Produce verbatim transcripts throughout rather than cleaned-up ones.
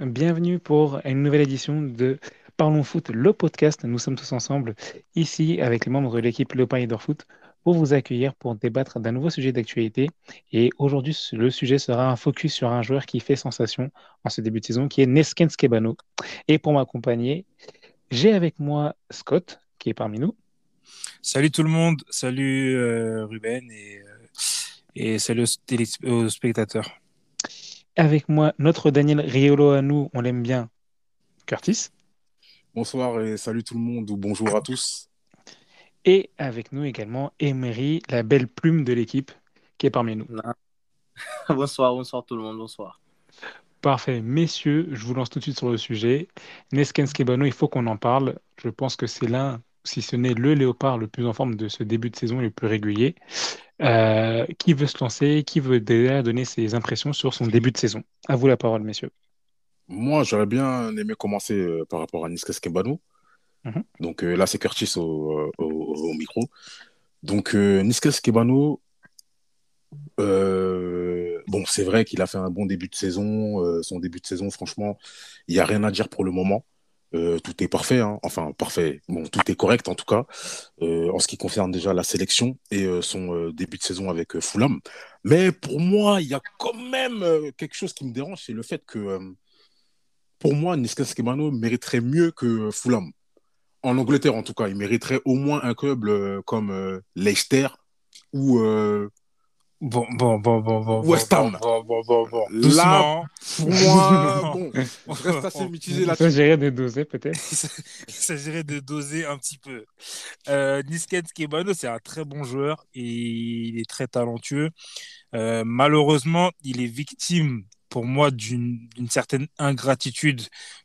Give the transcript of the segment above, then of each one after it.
bienvenue pour une nouvelle édition de Parlons Foot, le podcast. Nous sommes tous ensemble ici avec les membres de l'équipe Léopard Leader Foot pour vous accueillir pour débattre d'un nouveau sujet d'actualité. Et aujourd'hui, le sujet sera un focus sur un joueur qui fait sensation en ce début de saison, qui est Neskens Kebano. Et pour m'accompagner, j'ai avec moi Scott, qui est parmi nous. Salut tout le monde, salut euh, Ruben et, euh, et salut aux, télé- aux spectateurs. Avec moi, notre Daniel Riolo à nous, on l'aime bien, Curtis. Bonsoir et salut tout le monde ou bonjour à tous. Et avec nous également, Emery, la belle plume de l'équipe, qui est parmi nous. Non. Bonsoir, bonsoir tout le monde, bonsoir. Parfait. Messieurs, je vous lance tout de suite sur le sujet. Neskens Kebano, il faut qu'on en parle. Je pense que c'est l'un, si ce n'est le léopard le plus en forme de ce début de saison et le plus régulier. Euh, qui veut se lancer? Qui veut déjà donner ses impressions sur son début de saison? À vous la parole, messieurs. Moi, j'aurais bien aimé commencer euh, par rapport à Niska Skebano. Mhm. Donc euh, là, c'est Curtis au, euh, au, au micro. Donc euh, Niska Skebano, euh, bon, c'est vrai qu'il a fait un bon début de saison. Euh, son début de saison, franchement, il n'y a rien à dire pour le moment. Euh, tout est parfait, hein. Enfin parfait. Bon, tout est correct en tout cas, euh, en ce qui concerne déjà la sélection et euh, son euh, début de saison avec euh, Fulham. Mais pour moi, il y a quand même euh, quelque chose qui me dérange, c'est le fait que euh, pour moi, Niska Skebano mériterait mieux que Fulham. En Angleterre, en tout cas, il mériterait au moins un club euh, comme euh, Leicester ou euh, Bon, bon, bon, bon, bon, bon, West bon, Ham. bon, bon, bon, bon. Là, Doucement. pour moi, Doucement. bon, je reste assez On- mitigé Il là-dessus. s'agirait de doser peut-être. Il s'agirait de doser un petit peu. Euh, Niskens Kebano, c'est un très bon joueur et il est très talentueux. Euh, malheureusement, il est victime pour moi d'une d'une certaine ingratitude.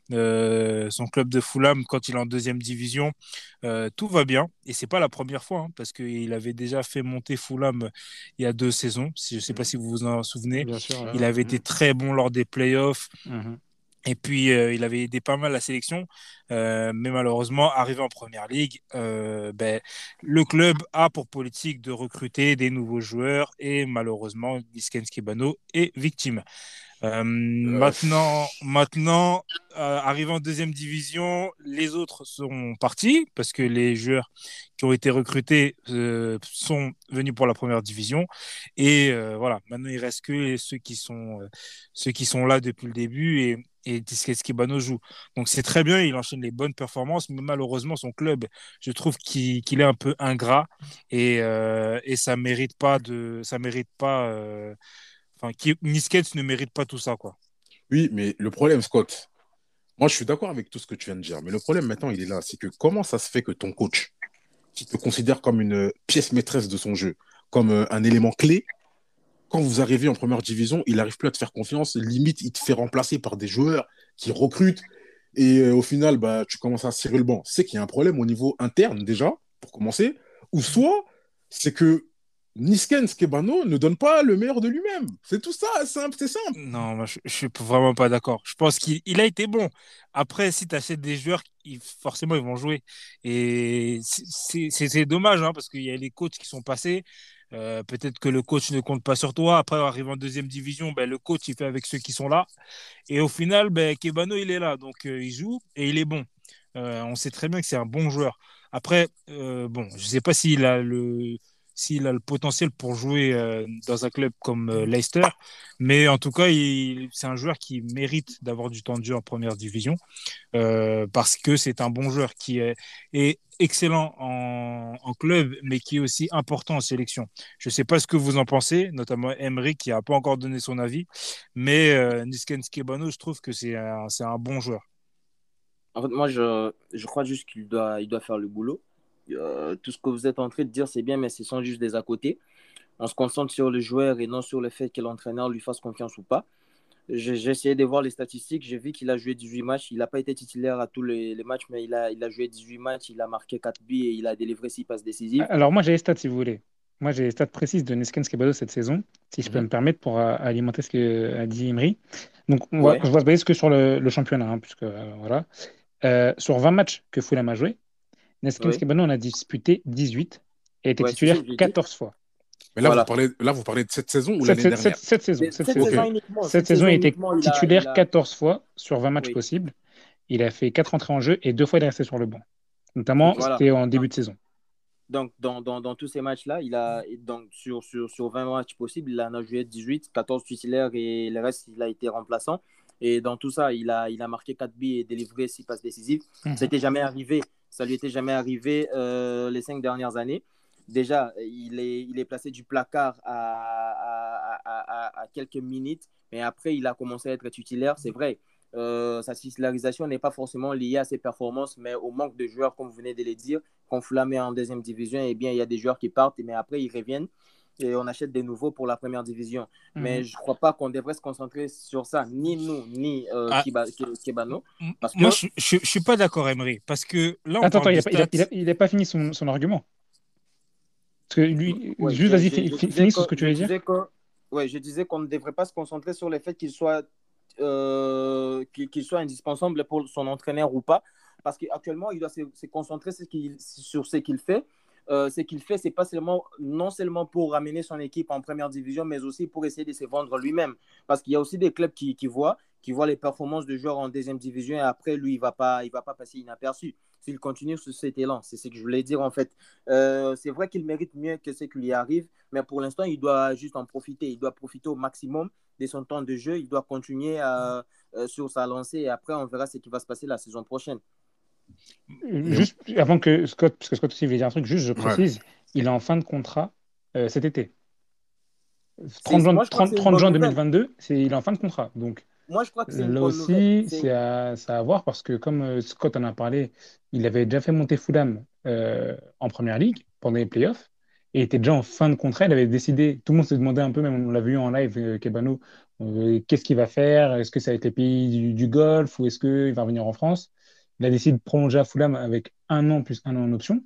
Euh, son club de Fulham, quand il est en deuxième division, euh, tout va bien. Et c'est pas la première fois, hein, parce qu'il avait déjà fait monter Fulham il y a deux saisons. Si, je sais pas si vous vous en souvenez. Bien sûr. Ouais, Il ouais. avait été très bon lors des playoffs. Mhm. Et puis, euh, il avait aidé pas mal la sélection, euh, mais malheureusement, arrivé en première ligue, euh, ben, le club a pour politique de recruter des nouveaux joueurs et malheureusement, Niskens Kebano est victime. Euh, Euh, maintenant, maintenant euh, arrivé en deuxième division, les autres sont partis parce que les joueurs qui ont été recrutés euh, sont venus pour la première division. Et euh, voilà, maintenant il reste que ceux qui sont, euh, ceux qui sont là depuis le début et, et Kebano joue. Donc c'est très bien, il enchaîne les bonnes performances, mais malheureusement son club, je trouve qu'il qu'il est un peu ingrat et, euh, et ça mérite pas de, ça mérite pas. Euh, Enfin, qui, Niskets ne mérite pas tout ça, quoi. oui, mais le problème, Scott, moi je suis d'accord avec tout ce que tu viens de dire, mais le problème maintenant, il est là, c'est que comment ça se fait que ton coach, qui te considère comme une pièce maîtresse de son jeu, comme euh, un élément clé, quand vous arrivez en première division, il n'arrive plus à te faire confiance. Limite, il te fait remplacer par des joueurs qui recrutent. Et euh, au final, bah, tu commences à cirer le banc. C'est qu'il y a un problème au niveau interne, déjà, pour commencer. Ou soit, c'est que Niskens Kebano ne donne pas le meilleur de lui-même. C'est tout ça, simple, c'est simple. Non, moi, je, je suis vraiment pas d'accord. Je pense qu'il il a été bon. Après, si tu achètes des joueurs, ils- forcément, ils vont jouer. Et c'est c'est- c'est dommage, hein, parce qu'il y a les coachs qui sont passés. Euh, peut-être que le coach ne compte pas sur toi. Après, arrive en deuxième division, ben, le coach, il fait avec ceux qui sont là. Et au final, ben, Kebano, il est là. Donc, euh, il joue et il est bon. Euh, on sait très bien que c'est un bon joueur. Après, euh, bon, je sais pas s'il a le, s'il a le potentiel pour jouer euh, dans un club comme euh, Leicester, mais en tout cas, il- c'est un joueur qui mérite d'avoir du temps de jeu en première division euh, parce que c'est un bon joueur qui est, est excellent en, en club, mais qui est aussi important en sélection. Je ne sais pas ce que vous en pensez, notamment Emery qui n'a pas encore donné son avis, mais euh, Niskens Kebano, je trouve que c'est un, c'est un bon joueur. En fait, moi, je, je crois juste qu'il doit, il doit faire le boulot. Euh, tout ce que vous êtes en train de dire, c'est bien, mais ce sont juste des à côté. On se concentre sur le joueur et non sur le fait que l'entraîneur lui fasse confiance ou pas. J'ai j'ai essayé de voir les statistiques. J'ai vu qu'il a joué dix-huit matchs. Il n'a pas été titulaire à tous les, les matchs, mais il a, il a joué dix-huit matchs. Il a marqué quatre buts et il a délivré six passes décisives. Alors moi, j'ai les stats si vous voulez. Moi, j'ai les stats précises de Neskens Kebano cette saison, si je peux Mhm. me permettre pour euh, alimenter ce que a dit Imri. Donc, on va, Ouais, je vais se baser que sur le, le championnat, hein, puisque euh, voilà. Euh, sur vingt matchs que Fulham a joué, Neskens ouais, Kebano en a disputé dix-huit et a été ouais, c'est ce titulaire que j'ai dit. quatorze fois. Mais là, vous Voilà. parlez, là, vous parlez de cette saison ou Cette, l'année cette, cette, dernière? cette saison, Mais cette Cette saison. Ok. saison uniquement, Cette cette saison, saison il était uniquement, il a, il titulaire a... quatorze fois sur vingt matchs Oui, possibles. Il a fait quatre entrées en jeu et deux fois il est resté sur le banc. Notamment, voilà. c'était en début Donc, de saison. donc dans, dans, dans tous ces matchs-là, il a, donc, sur, sur, sur vingt matchs possibles, il en a joué dix-huit, quatorze titulaires et le reste, il a été remplaçant. Et dans tout ça, il a, il a marqué quatre buts et délivré six passes décisives. Mhm. Ça n'était jamais arrivé. Ça lui était jamais arrivé euh, les cinq dernières années. Déjà, il est, il est placé du placard à, à, à, à, à quelques minutes, mais après, il a commencé à être titulaire. C'est vrai, euh, sa titularisation n'est pas forcément liée à ses performances, mais au manque de joueurs, comme vous venez de le dire. Quand Fulham est en deuxième division, eh bien, il y a des joueurs qui partent, mais après, ils reviennent et on achète des nouveaux pour la première division. Mhm. Mais je ne crois pas qu'on devrait se concentrer sur ça, ni nous, ni euh, Ah, Kiba, Kebano. Parce moi, que, je, je, je suis pas d'accord, Emery, parce que là, on Attends, attends, parle il de n'a pas, il a, il a, stats. il a pas fini son, son argument. Parce que lui, ouais, juste je, vas-y, je, fi- je fi- disais finis que, sur ce que tu je veux dire. disais que, ouais, je disais qu'on ne devrait pas se concentrer sur le fait qu'il soit, euh, qu'il, qu'il soit indispensable pour son entraîneur ou pas. Parce qu'actuellement, il doit se, se concentrer sur ce qu'il, sur ce qu'il fait. Euh, ce qu'il fait, c'est pas seulement, non seulement pour ramener son équipe en première division, mais aussi pour essayer de se vendre lui-même. Parce qu'il y a aussi des clubs qui, qui voient, qui voient les performances de joueurs en deuxième division et après, lui, il ne va pas, il va pas passer inaperçu. S'il continue sur cet élan, c'est ce que je voulais dire en fait. Euh, c'est vrai qu'il mérite mieux que ce qui lui arrive, mais pour l'instant, il doit juste en profiter. Il doit profiter au maximum de son temps de jeu. Il doit continuer à, euh, sur sa lancée et après, on verra ce qui va se passer la saison prochaine. Euh, Mais- Juste avant que Scott, parce que Scott aussi voulait dire un truc, juste je Ouais. précise, il est en fin de contrat euh, cet été. C'est, trente juin, moi, je crois que trente, c'est une trente bonne juin nouvelle. deux mille vingt-deux, c'est, il est en fin de contrat. Donc Moi, je crois que c'est une là bonne nouvelle. aussi, C'est c'est à, c'est à voir parce que comme euh, Scott en a parlé, il avait déjà fait monter Fulham euh, en première ligue pendant les playoffs et était déjà en fin de contrat. Il avait décidé, tout le monde se demandait un peu, même on l'a vu en live, euh, Kebano, euh, qu'est-ce qu'il va faire? Est-ce que ça va être les pays du, du Golfe ou est-ce qu'il va revenir en France? Il a décidé de prolonger à Fulham avec un an plus un an en option.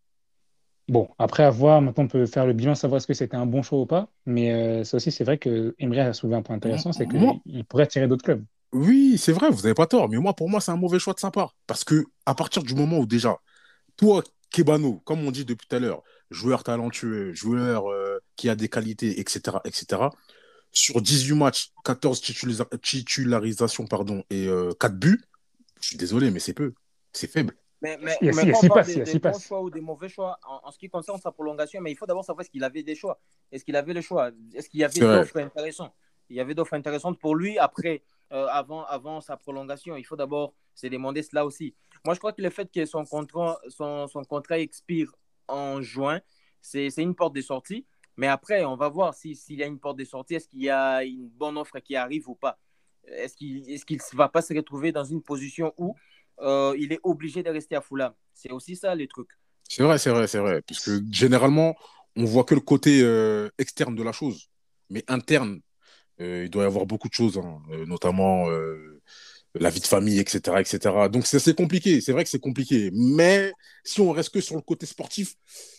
Bon, après avoir, maintenant on peut faire le bilan, savoir est-ce que c'était un bon choix ou pas. Mais euh, ça aussi, c'est vrai que Emery a soulevé un point M- intéressant, c'est Moi, qu'il pourrait attirer d'autres clubs. oui, c'est vrai, vous n'avez pas tort. Mais moi, pour moi, c'est un mauvais choix de sa part. Parce que à partir du moment où déjà, toi, Kebano, comme on dit depuis tout à l'heure, joueur talentueux, joueur euh, qui a des qualités, et cetera, et cetera, sur dix-huit matchs, quatorze titulisa- titularisations pardon, et euh, quatre buts, je suis désolé, mais c'est peu. C'est faible. Mais, mais, Il y a, mais il y a quand on six parle passes, il des, y a des six bons passes. choix ou des mauvais choix en, en ce qui concerne sa prolongation, mais il faut d'abord savoir est-ce qu'il avait des choix. Est-ce qu'il avait le choix? Est-ce qu'il y avait C'est vrai. d'offres intéressantes? Il y avait d'offres intéressantes pour lui après, euh, avant, avant sa prolongation. Il faut d'abord se demander cela aussi. Moi, je crois que le fait que son contrat, son, son contrat expire en juin, c'est, c'est une porte de sortie. Mais après, on va voir si, s'il y a une porte de sortie, est-ce qu'il y a une bonne offre qui arrive ou pas? Est-ce qu'il est-ce qu'il ne va pas se retrouver dans une position où euh, il est obligé de rester à Fulham? C'est aussi ça, les trucs. C'est vrai, c'est vrai, c'est vrai. Puisque généralement, on voit que le côté euh, externe de la chose. Mais interne, euh, il doit y avoir beaucoup de choses, hein, euh, notamment euh, la vie de famille, et cetera, et cetera. Donc c'est c'est compliqué, c'est vrai que c'est compliqué. Mais si on reste que sur le côté sportif,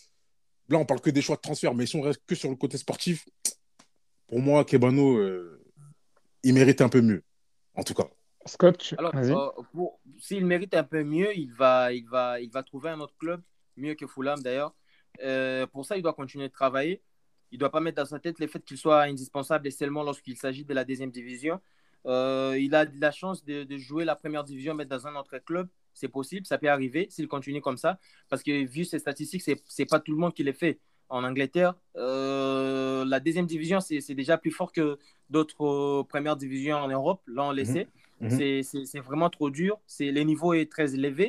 là on parle que des choix de transfert, mais si on reste que sur le côté sportif, pour moi, Kebano, euh, il mérite un peu mieux, en tout cas. Scott, tu- Alors, vas-y. euh, pour- s'il mérite un peu mieux, il va, il, va, il va trouver un autre club, mieux que Fulham d'ailleurs. Euh, pour ça, il doit continuer de travailler. Il ne doit pas mettre dans sa tête le fait qu'il soit indispensable et seulement lorsqu'il s'agit de la deuxième division. Euh, il a de la chance de, de jouer la première division, mais dans un autre club. C'est possible, ça peut arriver s'il continue comme ça. Parce que vu ses statistiques, ce n'est pas tout le monde qui les fait. En Angleterre, euh, la deuxième division, c'est c'est déjà plus fort que d'autres euh, premières divisions en Europe. Là, on le Mhm, sait. mhm. C'est c'est- c'est vraiment trop dur. C'est, le niveau est très élevé.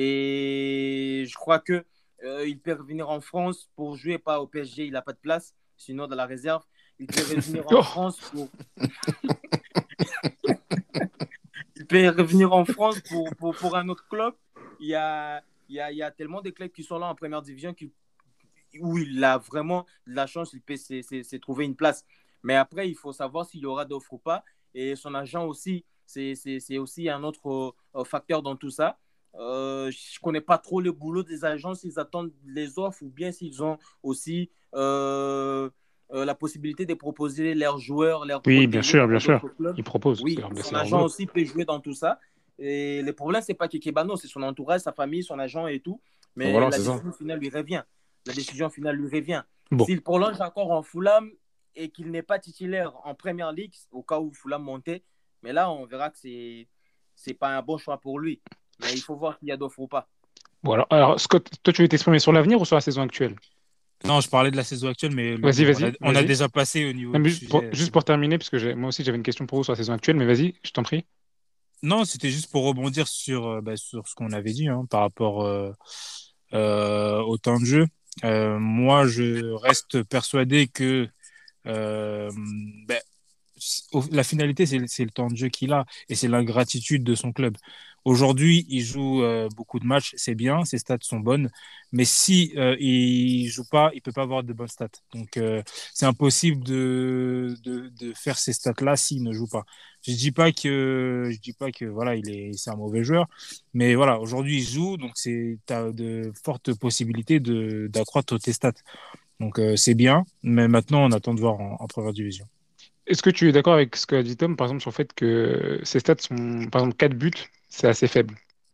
Et je crois que euh, il peut revenir en France pour jouer, pas au P S G, il n'a pas de place, sinon dans la réserve. Il peut revenir en Oh, France pour, il peut revenir en France pour, pour, pour un autre club. Il y a, il y a, il y a tellement de clubs qui sont là en première division qui, où il a vraiment de la chance, il peut se, se- se trouver une place. Mais après, il faut savoir s'il y aura d'offres ou pas. Et son agent aussi, c'est c'est- c'est aussi un autre euh, facteur dans tout ça. Euh, je ne connais pas trop le boulot des agents, s'ils attendent les offres ou bien s'ils ont aussi euh, euh, la possibilité de proposer leurs joueurs, leurs oui, bien protégés sûr, bien à sûr. d'autres clubs. Il propose, c'est Oui, leur, c'est son leur agent boulot. aussi peut jouer dans tout ça. Et le problème, ce n'est pas Kekebano, c'est son entourage, sa famille, son agent et tout. Mais Voilà, la c'est ça. décision finale lui revient. La décision finale lui revient. Bon, S'il prolonge encore en Fulham et qu'il n'est pas titulaire en Premier League, au cas où Fulham montait, mais là, on verra que c'est c'est pas un bon choix pour lui. Mais il faut voir s'il y a d'offres ou pas. bon alors, alors, Scott, toi, tu veux t'exprimer sur l'avenir ou sur la saison actuelle? Non, je parlais de la saison actuelle, mais le- Vas-y, on a, vas-y, on a vas-y. déjà passé au niveau Non, mais du juste pour, sujet. juste C'est pour bon. terminer, parce que j'ai- moi aussi j'avais une question pour vous sur la saison actuelle, mais vas-y, je t'en prie. Non, c'était juste pour rebondir sur, euh, bah, sur ce qu'on avait dit hein, par rapport euh, euh, au temps de jeu. Euh, moi, je reste persuadé que euh, ben, au- la finalité, c'est le c'est le temps de jeu qu'il a et c'est l'ingratitude de son club. Aujourd'hui, il joue euh, beaucoup de matchs, c'est bien, ses stats sont bonnes, mais si euh, il joue pas, il peut pas avoir de bonnes stats. Donc, euh, c'est impossible de, de, de faire ces stats-là s'il ne joue pas. Je dis pas que je dis pas que voilà, il est c'est un mauvais joueur, mais voilà, aujourd'hui il joue, donc c'est t'as de fortes possibilités de d'accroître tes stats. Donc euh, c'est bien, mais maintenant on attend de voir en, en première division. Est-ce que tu es d'accord avec ce qu'a dit Tom, par exemple, sur le fait que ses stats sont, par exemple, quatre buts, c'est assez faible?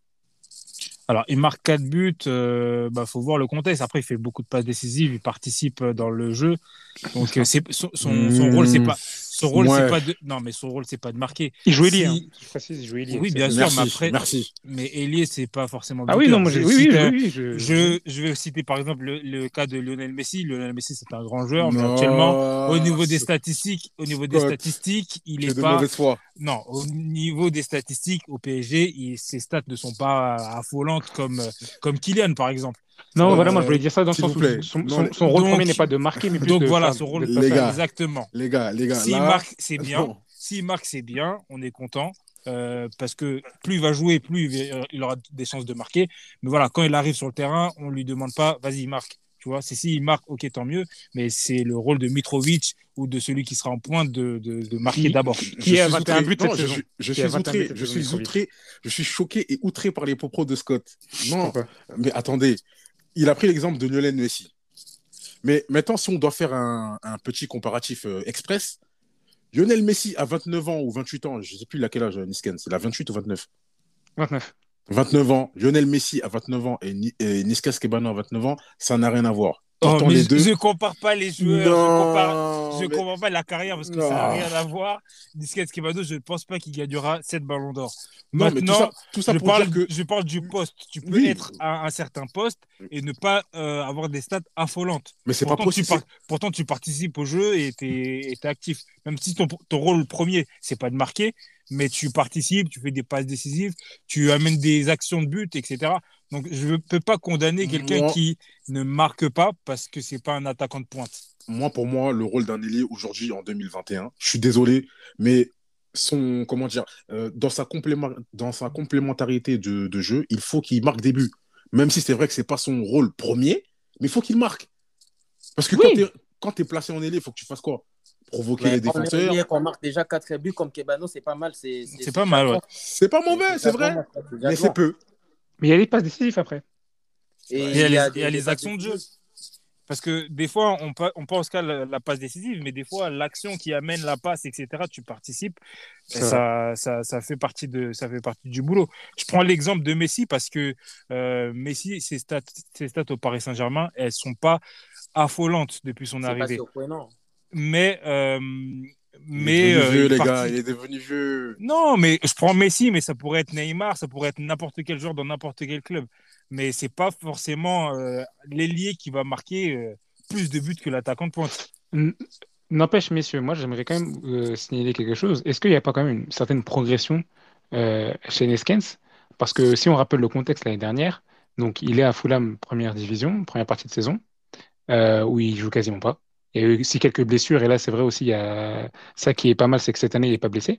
Alors, il marque quatre buts, euh, bah, faut voir le contexte. Après, il fait beaucoup de passes décisives, il participe euh, dans le jeu. C'est Donc, euh, ça. c'est, son, son, son rôle, c'est Mmh, pas, son rôle, c'est ouais, pas de, non, mais son rôle, c'est pas de marquer. Il joue ailier, hein. Si, Je précise, il joue ailier, oui, c'est bien ça. sûr, mais merci, après, merci. mais Ailier, c'est pas forcément Ah oui, non, buteur. moi, Je j'ai- oui, oui, cite, je- un- oui, oui, je, oui. je, je vais citer par exemple le, le cas de Lionel Messi. Lionel Messi, c'est un grand joueur, mais actuellement, au Non, niveau des statistiques, au niveau des Scott, statistiques, il tu es est de pas, mauvaise foi. non, au niveau des statistiques au P S G, il- ses stats ne sont pas affolantes comme, comme Kylian, par exemple. Non, voilà, moi, je voulais Euh, dire ça dans le s'il vous sens où plaît, son, non, son, les, son rôle premier n'est Donc, pas de marquer, mais plus donc de voilà, faire son de rôle, les passages. gars, exactement. les gars, les gars, S'il là, marque, c'est bien. non. S'il marque, c'est bien. On est content. Euh, parce que plus il va jouer, plus il va- il aura des chances de marquer. Mais voilà, quand il arrive sur le terrain, on lui demande pas, vas-y, marque. Tu vois, c'est s'il marque, ok, tant mieux. Mais c'est le rôle de Mitrovic ou de celui qui sera en pointe de, de, de marquer Qui, d'abord. Je, je qui a suis vingt et un outré. buts cette Non, je saison? suis, je Qui a suis vingt et un buts outré. cette Je saison, suis Mitrovic. outré. Je suis choqué et outré par les propos de Scott. Non, Pourquoi? mais attendez. Il a pris l'exemple de Lionel Messi. Mais maintenant, si on doit faire un, un petit comparatif euh, express, Lionel Messi à vingt-neuf ans ou vingt-huit ans, je ne sais plus à quel âge Nisken, c'est la vingt-huit ou vingt-neuf? vingt-neuf. vingt-neuf ans, Lionel Messi à vingt-neuf ans et, Ni- et Niskas Kebano à vingt-neuf ans, ça n'a rien à voir. Oh, Pourtant, mais les je, deux. je compare pas les joueurs, je compare, je Non, mais. compare pas la carrière parce que ça n'a Non, rien à voir. Disquet Skibado, je ne pense pas qu'il gagnera sept ballons d'or. non, mais tout Maintenant, ça, tout ça je pour dire parle, que. je parle du poste. Tu peux Oui, être à un certain poste et ne pas euh, avoir des stats affolantes. mais c'est pas Pourtant tu, possible. par- c'est- pourtant, tu participes au jeu et tu es actif. Même si ton, ton rôle premier, c'est pas de marquer, mais tu participes, tu fais des passes décisives, tu amènes des actions de but, et cetera. Donc, je ne peux pas condamner quelqu'un Moi, qui ne marque pas parce que c'est pas un attaquant de pointe. moi, pour moi, le rôle d'un ailier aujourd'hui en deux mille vingt et un, je suis désolé, mais son, comment dire, euh, dans, sa complément, dans sa complémentarité de, de jeu, il faut qu'il marque des buts. Même si c'est vrai que c'est pas son rôle premier, mais il faut qu'il marque. Parce que quand tu Oui, es, quand t'es placé en ailier, il faut que tu fasses quoi? Provoquer Mais les quand on est défenseurs. lié, qu'on marque déjà quatre buts comme Kebano, c'est pas mal. C'est c'est- C'est c'est pas déjà mal, ouais. grand. C'est pas C'est c'est mauvais, c'est déjà grand, vrai, c'est déjà mais c'est grand. peu. mais il y a des passes décisives après. Ouais, Et il Et y a il y les, a il y a des, des les passes actions de jeu. décisives. Parce que des fois, on, pa- on pense qu'à la, la passe décisive, mais des fois, l'action qui amène la passe, et cetera, tu participes. Et C'est vrai. ça, ça, ça, fait partie de, ça fait partie du boulot. Je prends l'exemple de Messi parce que euh, Messi, ses stats, ses stats au Paris Saint-Germain, elles sont pas affolantes depuis son C'est pas arrivée. surprenant. Mais, euh, il est mais devenu euh, vieux, il les gars, il participe. est devenu vieux. Non, mais je prends Messi, mais ça pourrait être Neymar, ça pourrait être n'importe quel joueur dans n'importe quel club. Mais c'est pas forcément euh, l'ailier qui va marquer euh, plus de buts que l'attaquant de pointe. N- N'empêche, messieurs, moi j'aimerais quand même euh, signaler quelque chose. Est-ce qu'il n'y a pas quand même une certaine progression euh, chez Neskens? Parce que si on rappelle le contexte l'année dernière, donc il est à Fulham première division, première partie de saison, euh, où il joue quasiment pas. Il y a eu aussi quelques blessures, et là c'est vrai aussi, il y a ça qui est pas mal, c'est que cette année il n'est pas blessé.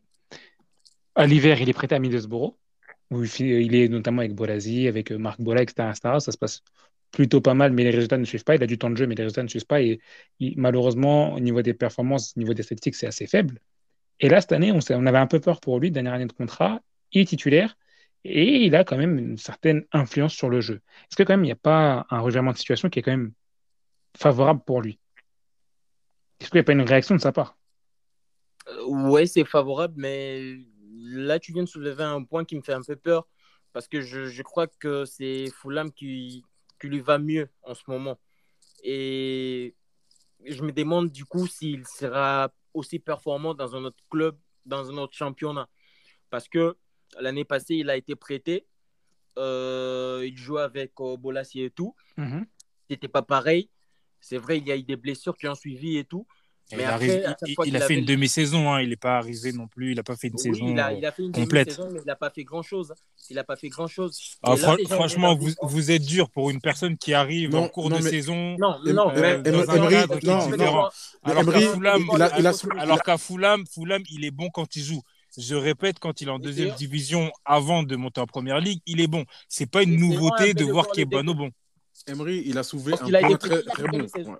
À l'hiver, il est prêté à Middlesbrough, où il, fait- il est notamment avec Bolasie, avec euh, Marc Bola, et cetera, et cetera. Ça se passe plutôt pas mal, mais les résultats ne suivent pas. Il a du temps de jeu, mais les résultats ne suivent pas. Et il- malheureusement, au niveau des performances, au niveau des statistiques, c'est assez faible. Et là, cette année, on, s'est- on avait un peu peur pour lui, dernière année de contrat. Il est titulaire et il a quand même une certaine influence sur le jeu. Est-ce que quand même, il n'y a pas un revirement de situation qui est quand même favorable pour lui? Est-ce qu'il n'y a pas une réaction de sa part? Euh, ouais, c'est favorable, mais là, tu viens de soulever un point qui me fait un peu peur parce que je, je crois que c'est Fulham qui, qui lui va mieux en ce moment. Et je me demande du coup s'il sera aussi performant dans un autre club, dans un autre championnat. Parce que l'année passée, il a été prêté. Euh, il jouait avec euh, Bolassi et tout. Mhm. C'était pas pareil. C'est vrai, il y a eu des blessures qui ont suivi et tout. Et Mais il, arrive, après, à il, chaque il- fois il a qu'il fait avait une les... demi-saison, hein. Il n'est pas arrivé non plus, il n'a pas fait une Oui, il saison a, euh, il a fait une complète. demi-saison, mais il n'a pas fait grand-chose. Il n'a pas fait grand-chose. Alors, Et là, fran- déjà, on est dans franchement, une... vous, vous êtes dur pour une personne qui arrive en Non, cours non, de mais saison Non, Em- non, Em- mais euh, Em- dans un non, Emery, cadre est-ce qui que est non, tu veux non. différent. devoir... Mais Alors qu'à Emery, Non, Fulham, il, il devoir a, le il a, alors, sou- reconnaître. il alors a- qu'à Fulham, Fulham, il est bon quand il joue. Je répète, quand il est en Et deuxième c'est division avant de monter en première ligue, il est bon. C'est pas une et c'est loin un nouveauté peu de de voir voir le Kebano déclin. bon. Emery, il a soulevé Parce un qu'il a été point prêté très, il a fait très une bon. demi-saison. Ouais.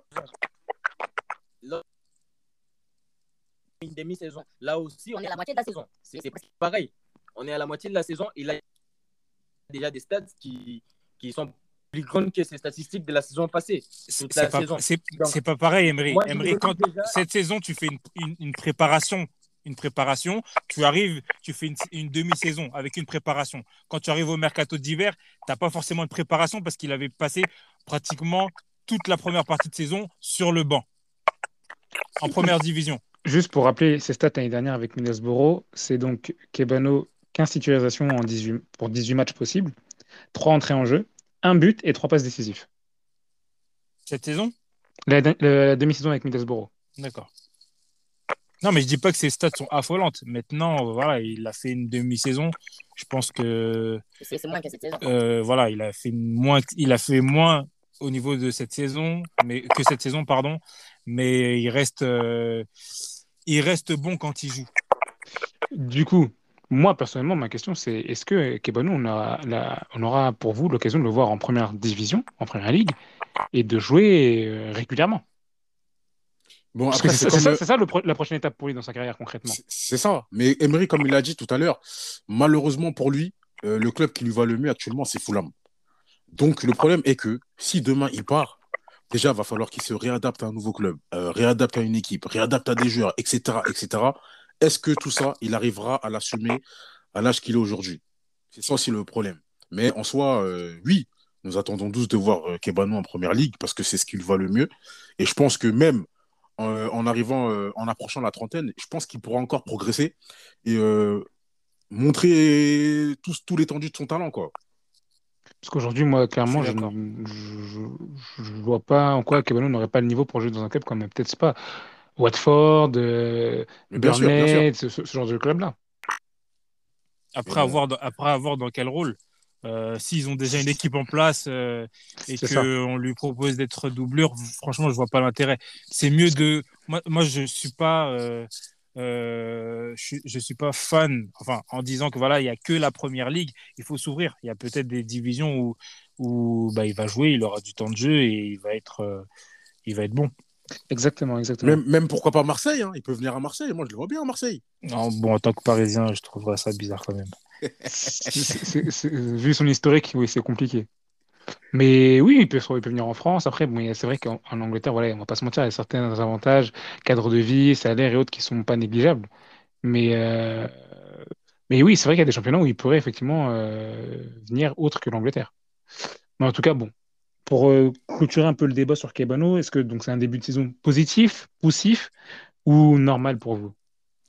Une demi-saison. Là aussi, on est à la moitié de la saison. C'est c'est presque pareil. On est à la moitié de la saison. Il a déjà des stats qui, qui sont plus grandes que ses statistiques de la saison passée. C'est Toute c'est la pas, saison. c'est, Donc, c'est pas pareil, Emery. moi, je me Emery, quand dis déjà, cette saison, tu fais une, une, une préparation, une préparation, tu arrives, tu fais une, une demi-saison avec une préparation. Quand tu arrives au mercato d'hiver, tu n'as pas forcément une préparation parce qu'il avait passé pratiquement toute la première partie de saison sur le banc, en première division. Juste pour rappeler ses stats l'année dernière avec Middlesbrough, c'est donc Kebano, quinze titularisations en dix-huit, pour dix-huit matchs possibles, trois entrées en jeu, un but et trois passes décisives. Cette saison? La, la- la demi-saison avec Middlesbrough. D'accord. Non, mais je dis pas que ses stats sont affolantes. Maintenant, voilà, il a fait une demi-saison. Je pense que C'est c'est moins que cette saison. euh, voilà, il a fait moins, il a fait moins au niveau de cette saison, mais que cette saison, pardon. Mais il reste, euh, il reste bon quand il joue. Du coup, moi personnellement, ma question c'est est-ce que Kebano, on aura, la- on aura pour vous l'occasion de le voir en première division, en première ligue, et de jouer euh, régulièrement? Bon, Parce que après, c'est c'est ça, c'est comme, ça, euh, c'est ça le pro- la prochaine étape pour lui dans sa carrière concrètement. c'est c'est ça. Mais Emery, comme il l'a dit tout à l'heure, malheureusement pour lui, euh, le club qui lui va le mieux actuellement, c'est Fulham. Donc, le problème est que si demain il part, déjà, il va falloir qu'il se réadapte à un nouveau club, euh, réadapte à une équipe, réadapte à des joueurs, et cetera, et cetera. Est-ce que tout ça, il arrivera à l'assumer à l'âge qu'il est aujourd'hui? C'est ça aussi le problème. Mais en soi, euh, oui, nous attendons tous de voir euh, Kebano en première ligue parce que c'est ce qui lui va le mieux. Et je pense que même euh, en arrivant, euh, en approchant la trentaine, je pense qu'il pourra encore progresser et euh, montrer tout, tout l'étendue de son talent, quoi. Parce qu'aujourd'hui, moi, Je suis clairement, je d'accord. ne je, je- je vois pas en quoi Kebano n'aurait pas le niveau pour jouer dans un club comme euh, peut-être pas Watford, euh, Mais bien sûr, bien sûr. Burnley, ce, ce- ce genre de club-là. Mais Après bon, avoir, après avoir dans quel rôle? Euh, s'ils ont déjà une équipe en place euh, et C'est ça. qu'on lui propose d'être doublure, franchement, je vois pas l'intérêt. C'est mieux de. Moi, moi je suis pas. Euh, euh, je, suis- je suis pas fan. Enfin, en disant que voilà, il y a que la première ligue, il faut s'ouvrir. Il y a peut-être des divisions où, où bah, il va jouer, il aura du temps de jeu et il va être, euh, il va être bon. Exactement, exactement. même, même pourquoi pas Marseille, hein. Il peut venir à Marseille. Moi, je le vois bien à Marseille. Non, bon, en tant que Parisien, je trouverais ça bizarre quand même. C'est- c'est- c'est- vu son historique, oui, c'est compliqué. Mais oui, il peut, il peut venir en France. Après, bon, il y a- c'est vrai qu'en en Angleterre, voilà, on va pas se mentir, il y a certains avantages, cadre de vie, salaire et autres qui sont pas négligeables. Mais, euh, mais oui, c'est vrai qu'il y a des championnats où il pourrait effectivement euh, venir autre que l'Angleterre. Mais en tout cas, bon, pour euh, clôturer un peu le débat sur Kebano, est-ce que donc c'est un début de saison positif, poussif ou normal pour vous?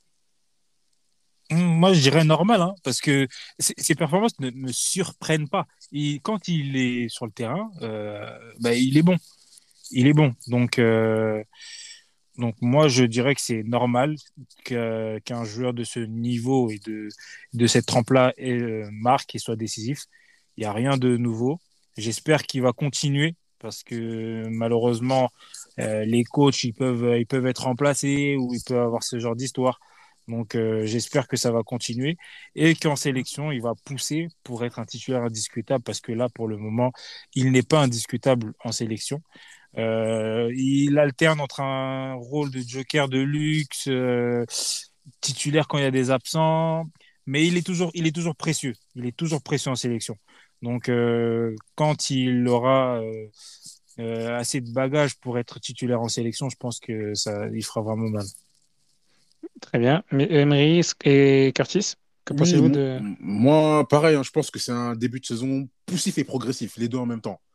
Hum, Moi, je dirais normal, hein, parce que ses ses performances ne me surprennent pas. Et quand il est sur le terrain, euh, bah, il est bon. Il est bon. Donc, euh, donc moi, je dirais que c'est normal que- qu'un joueur de ce niveau et de, de cette trempe-là euh, marque et soit décisif. Il n'y a rien de nouveau. J'espère qu'il va continuer parce que malheureusement, euh, les coachs, ils peuvent, ils peuvent être remplacés ou ils peuvent avoir ce genre d'histoire. Donc, euh, j'espère que ça va continuer et qu'en sélection, il va pousser pour être un titulaire indiscutable parce que là, pour le moment, il n'est pas indiscutable en sélection. Euh, il alterne entre un rôle de joker de luxe, euh, titulaire quand il y a des absents, mais il est toujours, il est toujours précieux. Il est toujours précieux en sélection. Donc, euh, quand il aura euh, euh, assez de bagages pour être titulaire en sélection, je pense que ça, il fera vraiment mal. Très bien. Mais Emery et Curtis, que Oui, pensez-vous m- de... moi, pareil, hein, je pense que c'est un début de saison poussif et progressif, les deux en même temps.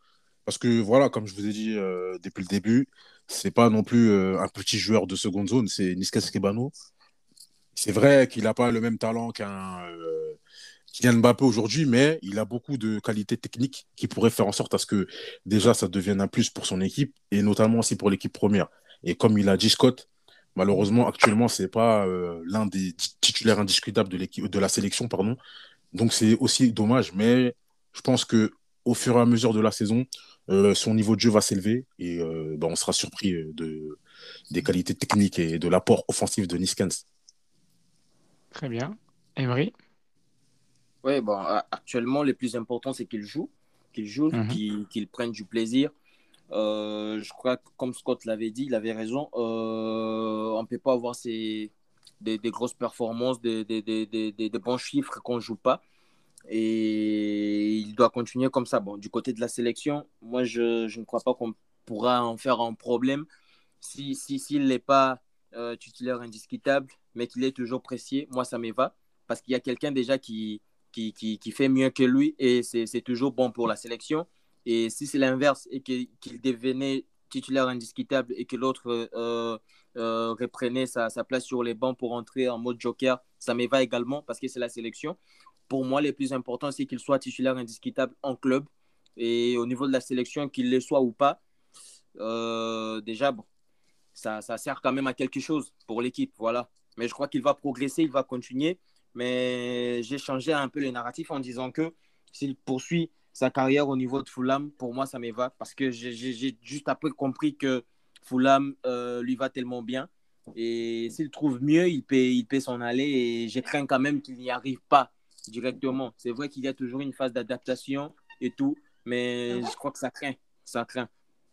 Parce que voilà, comme je vous ai dit euh, depuis le début, c'est pas non plus euh, un petit joueur de seconde zone, c'est Niska Kebano. C'est vrai qu'il n'a pas le même talent qu'un euh, Kylian Mbappé aujourd'hui, mais il a beaucoup de qualités techniques qui pourraient faire en sorte à ce que déjà ça devienne un plus pour son équipe et notamment aussi pour l'équipe première. Et comme il a dit Scott, malheureusement actuellement c'est pas euh, l'un des titulaires indiscutables de l'équipe de la sélection, pardon. Donc c'est aussi dommage, mais je pense que au fur et à mesure de la saison, euh, son niveau de jeu va s'élever et euh, bah, on sera surpris de, des qualités techniques et de l'apport offensif de Niskens. Très bien. Emery? Oui, bon, a- actuellement, le plus important, c'est qu'il joue, qu'il joue, Mhm. qu'il qu'il prenne du plaisir. Euh, je crois que, comme Scott l'avait dit, il avait raison. Euh, on ne peut pas avoir ces, des, des grosses performances, des, des, des, des, des- des bons chiffres qu'on ne joue pas. Et il doit continuer comme ça. Bon, du côté de la sélection, moi, je, je ne crois pas qu'on pourra en faire un problème si, si, s'il n'est pas euh, titulaire indiscutable, mais qu'il est toujours précieux. Moi, ça me va parce qu'il y a quelqu'un déjà qui, qui, qui, qui fait mieux que lui et c'est, c'est toujours bon pour la sélection. Et si c'est l'inverse et que- qu'il devenait titulaire indiscutable et que l'autre euh, euh, reprenait sa, sa place sur les bancs pour entrer en mode joker, ça me va également parce que c'est la sélection. Pour moi, le plus important, c'est qu'il soit titulaire indiscutable en club. Et au niveau de la sélection, qu'il le soit ou pas, euh, déjà, bon, ça, ça sert quand même à quelque chose pour l'équipe. Voilà. Mais je crois qu'il va progresser, il va continuer. Mais j'ai changé un peu le narratif en disant que s'il poursuit sa carrière au niveau de Fulham, pour moi, ça me va. Parce que j'ai, j'ai juste après compris que Fulham euh, lui va tellement bien. Et s'il trouve mieux, il peut, il peut s'en aller. Et je crains quand même qu'il n'y arrive pas directement. C'est vrai qu'il y a toujours une phase d'adaptation et tout. Mais je crois que ça craint. Ça craint.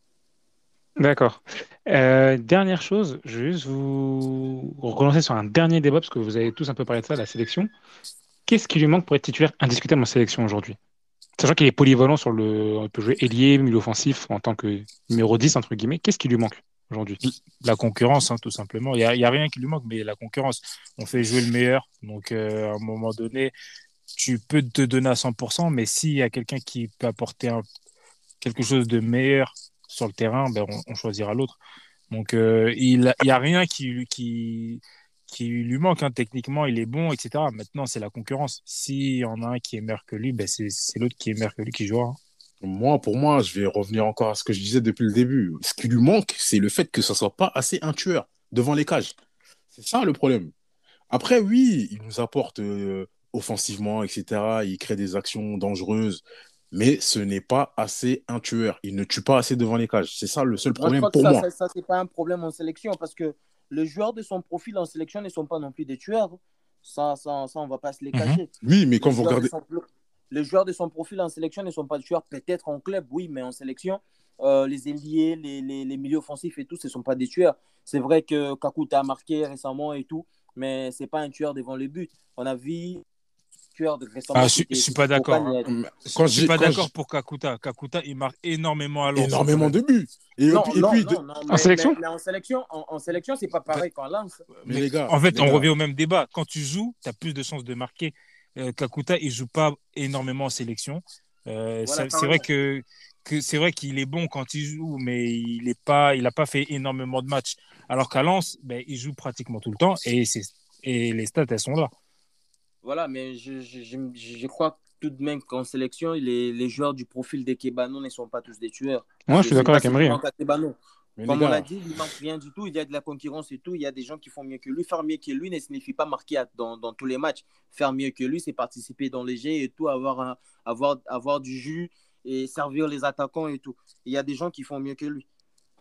D'accord. Euh, dernière chose, je vais juste vous relancer sur un dernier débat, parce que vous avez tous un peu parlé de ça, la sélection. Qu'est-ce qui lui manque pour être titulaire indiscutable en sélection aujourd'hui? Sachant qu'il est polyvalent sur le. Il peut jouer ailier, milieu offensif en tant que numéro dix, entre guillemets. Qu'est-ce qui lui manque aujourd'hui? La concurrence, hein, tout simplement. Il n'y a, il y a rien qui lui manque, mais la concurrence. On fait jouer le meilleur. Donc, euh, à un moment donné, tu peux te donner à cent pour cent, mais s'il y a quelqu'un qui peut apporter un- quelque chose de meilleur sur le terrain, ben, on, on choisira l'autre. Donc, euh, il n'y a rien qui, lui- qui, qui lui manque, hein. Techniquement, il est bon, et cetera. Maintenant, c'est la concurrence. S'il y en a un qui est meilleur que lui, ben, c'est c'est l'autre qui est meilleur que lui qui jouera, hein. Moi, pour moi, je vais revenir encore à ce que je disais depuis le début. Ce qui lui manque, c'est le fait que ce soit pas assez un tueur devant les cages. C'est ça le problème. Après, oui, il nous apporte euh, offensivement, et cetera. Il crée des actions dangereuses, mais ce n'est pas assez un tueur. Il ne tue pas assez devant les cages. C'est ça le seul Moi, je problème crois que pour ça, moi. ça, ça c'est pas un problème en sélection parce que les joueurs de son profil en sélection ne sont pas non plus des tueurs. Ça, ça, ça on va pas se les Mhm. cacher. Oui, mais quand Les vous joueurs de regardez. son, les joueurs de son profil en sélection ne sont pas des tueurs. Peut-être en club, oui, mais en sélection, euh, les ailiers, les, les, les milieux offensifs et tout, ce ne sont pas des tueurs. C'est vrai que Kakuta a marqué récemment et tout, mais c'est pas un tueur devant le but. On a vu tueur de Ah, récemment, je, je c'était suis pas c'était d'accord, hein. Boban. Je Quand suis je, pas quand d'accord je, pour Kakuta. Kakuta, il marque énormément à Lens, hein, quand énormément même. de buts. Et, Non, et non, puis, de- non, non, En mais, mais, sélection? mais en sélection, en, en sélection, c'est pas En fait, pareil qu'en lance. mais mais les gars, en fait, les on gars, revient au même débat. Quand tu joues, tu as plus de chances de marquer. Euh, Kakuta, il joue pas énormément en sélection. Euh, Voilà, c'est t'as c'est vrai raison. que, que c'est vrai qu'il est bon quand il joue, mais il est pas, il a pas fait énormément de matchs. Alors qu'à Lens, ben, il joue pratiquement tout le temps et c'est et les stats elles sont là. Voilà, mais je, je, je, je crois tout de même qu'en sélection, les, les joueurs du profil d'Ekebano ne sont pas tous des tueurs. Moi, je C'est suis c'est d'accord pas avec ce qui Emery, hein. manque à Kebano. mais les Comme on l'a gars, dit, il ne manque rien du tout. Il y a de la concurrence et tout. Il y a des gens qui font mieux que lui. Faire mieux que lui ne signifie pas marquer à- dans, dans tous les matchs. Faire mieux que lui, c'est participer dans les jeux et tout, avoir, un- avoir, avoir du jus et servir les attaquants et tout. Il y a des gens qui font mieux que lui.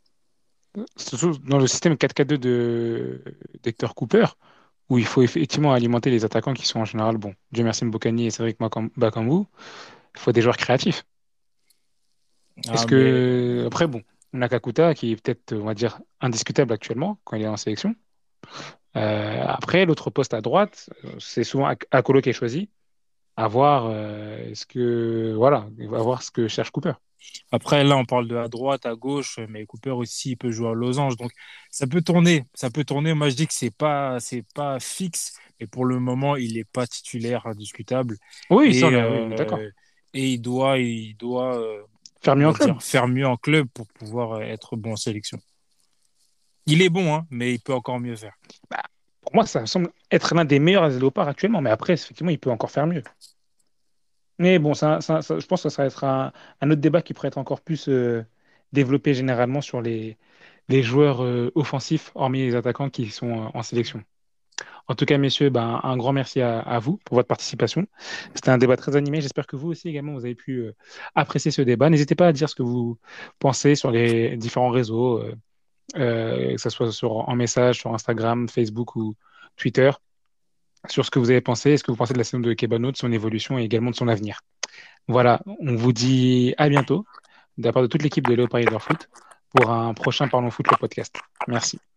Surtout dans le système quatre quatre-deux de d'Hector Cooper, où il faut effectivement alimenter les attaquants qui sont en général, bon, Dieu merci Mbokani et Cédric Makam- Bakambu, il faut des joueurs créatifs. Est-ce Ah, mais que, après, bon, on a Kakuta qui est peut-être, on va dire, indiscutable actuellement quand il est en sélection. Euh, après, l'autre poste à droite, euh, c'est souvent Ak- Akolo qui est choisi. À voir, euh, est-ce que, voilà, à voir ce que cherche Cooper. après, là, on parle de à droite, à gauche, mais Cooper aussi, il peut jouer à losange. Donc, ça peut tourner. Ça peut tourner. Moi, je dis que c'est pas, c'est pas fixe. Mais pour le moment, il n'est pas titulaire indiscutable. Oui, ça, on Et, est, oui, on est d'accord. euh, et il doit, il doit, euh, Faire on mieux en va club. dire, faire mieux en club pour pouvoir euh, être bon en sélection. Il est bon, hein, mais il peut encore mieux faire. Bah, pour moi, ça semble être l'un des meilleurs léopards actuellement. Mais après, effectivement, il peut encore faire mieux. Mais bon, ça, ça- ça- je pense que ça sera un, un autre débat qui pourrait être encore plus euh, développé généralement sur les, les joueurs euh, offensifs, hormis les attaquants qui sont euh, en sélection. En tout cas, messieurs, ben, un grand merci à, à vous pour votre participation. C'était un débat très animé. J'espère que vous aussi également, vous avez pu euh, apprécier ce débat. N'hésitez pas à dire ce que vous pensez sur les différents réseaux, euh, euh, que ce soit sur, en message sur Instagram, Facebook ou Twitter, sur ce que vous avez pensé et ce que vous pensez de la saison de Kebano, de son évolution et également de son avenir. Voilà, on vous dit à bientôt de la part de toute l'équipe de Léopard Foot pour un prochain Parlons Foot, le podcast. Merci.